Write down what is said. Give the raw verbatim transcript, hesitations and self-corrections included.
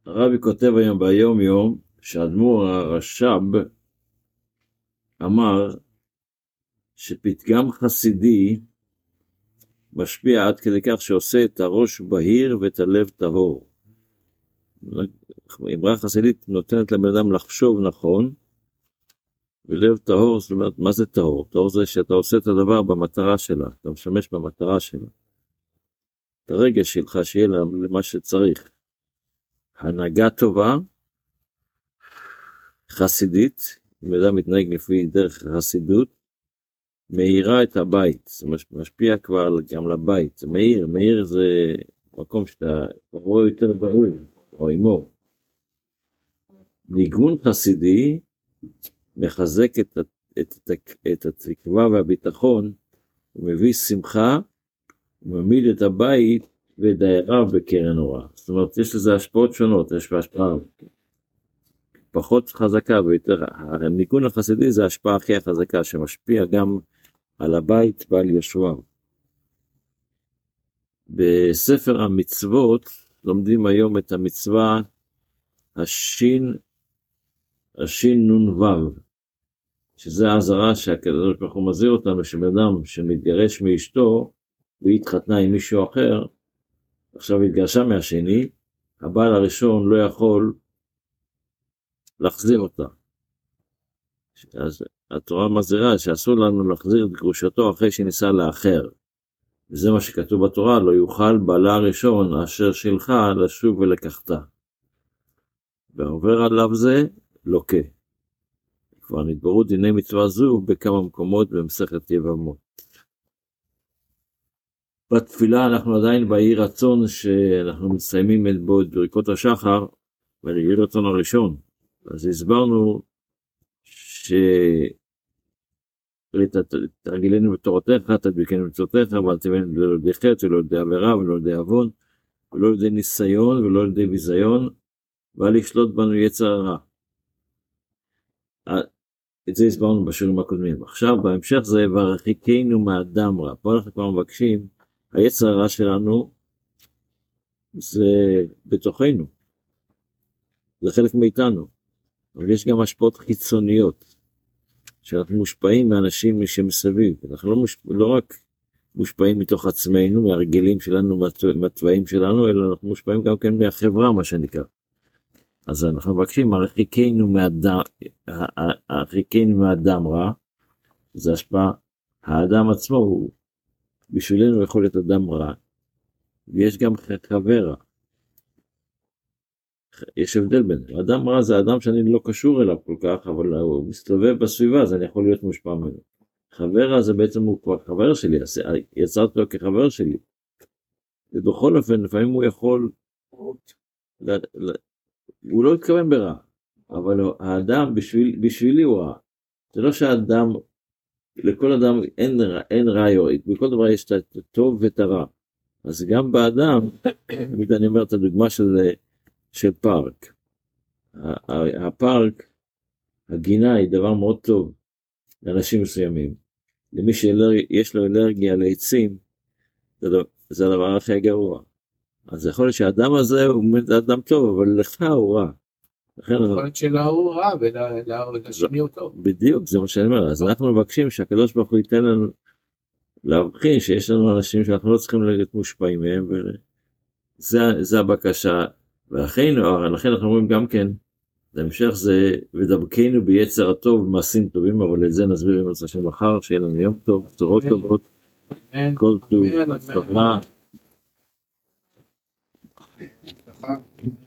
הרבי כותב היום ביום יום שהאדמו"ר הרש"ב אמר שפתגם חסידי משפיע עד כדי כך שעושה את הראש בהיר ואת הלב טהור. אמרה חסידית נותנת לבן אדם לחשוב נכון, ולב טהור, זאת אומרת, מה זה טהור? טהור זה שאתה עושה את הדבר במטרה שלה, אתה משמש במטרה שלה. את הרגש שלך שיהיה למה שצריך. הנהגה טובה, חסידית, אם אדם מתנהג לפי דרך החסידות, מאירה את הבית, זה משפיע כבר גם לבית, זה מאיר, מאיר זה מקום שאתה רואה יותר ברור, או אימור. ניגון חסידי מחזק את, את, את, את התקווה והביטחון, הוא מביא שמחה, הוא מעמיד את הבית ואת דייריו בקרן אורה. זאת אומרת, יש לזה השפעות שונות, יש השפעה פחות חזקה ויותר, הניגון החסידי זה ההשפעה הכי החזקה, שמשפיע גם על הבית ועל יושביו. בספר המצוות לומדים היום את המצווה השין, השין נון וו, שזה האזהרה שהקדוש ברוך הוא מזהיר אותנו, שבאדם שמתגרש מאשתו והיא התחתנה עם מישהו אחר, עכשיו התגרשה מהשני, הבעל הראשון לא יכול להחזיר אותה. אז התורה מזהירה שאסור לנו להחזיר את גרושתו אחרי שניסה לאחר. וזה מה שכתוב בתורה, לא יוכל בעלה הראשון אשר שלך לשוב ולקחתה. ועובר עליו זה לוקה. כבר נתברו דיני מצווה זו בכמה מקומות במסכת יבמות. בתפילה אנחנו עדיין באי רצון שאנחנו מסיימים בו את ברכות השחר, ולאי רצון הראשון. אז הסברנו שתרגילנו בתורתך, תדביקנו במצוותיך, ואל תבואנו לא לידי חטא ולא לידי עבירה ולא לידי עוון, ולא לידי ניסיון ולא לידי ביזיון, ואל ישלוט בנו יצר הרע. את זה הסברנו בשיעורים הקודמים. עכשיו בהמשך זה והרחיקנו מהאדם רע. פה אנחנו כבר מבקשים, היצר הרע שלנו זה בתוכנו, זה חלק מאיתנו, אבל יש גם השפעות חיצוניות שאנחנו מושפעים מאנשים שמסביב. אנחנו לא, מושפ... לא רק מושפעים מתוך עצמנו, מהרגלים שלנו, מהטבעים שלנו, אלא אנחנו מושפעים גם כן מהחברה, מה שנקרא. אז אנחנו מבקשים, הרחיקנו מהאדם, הרחיקנו מהאדם רע, זה השפעה, האדם עצמו הוא, בשבילנו יכול להיות אדם רע, ויש גם חבר רע. יש הבדל בין זה. אדם רע זה אדם שאני לא קשור אליו כל כך, אבל הוא מסתובב בסביבה, אז אני יכול להיות מושפע ממנו. חבר רע זה בעצם הוא כבר חבר שלי, יצרתי לו כחבר שלי. ובכל אופן, לפעמים הוא יכול, הוא לא התכוון ברע, אבל האדם בשביל, בשבילי הוא רע. זה לא שהאדם, לכל אדם אין רע, אין רע יועיד, בכל דבר יש את הטוב ואת הרע. אז גם באדם, אני אומר את הדוגמה של של פארק. הפארק, הגינה היא דבר מאוד טוב לאנשים מסוימים. למי שיש לו אלרגיה לעצים, זה הדבר הכי גרוע. אז יכול להיות שהאדם הזה הוא אדם טוב, אבל לך הוא רע. יכול להיות שלא הוא רע, ולשני הוא טוב. בדיוק, זה מה שאני אומר. אז אנחנו מבקשים שהקדוש ברוך הוא ייתן לנו להבחין שיש לנו אנשים שאנחנו לא צריכים להיות מושפעים מהם, וזה הבקשה. ולכן, לכן אנחנו אומרים גם כן, להמשך זה, ודבקנו ביצר הטוב במעשים טובים, אבל את זה נסביר עם עצה של מחר, שיהיה לנו יום טוב, צורות טובות, כל טוב, הצלחה.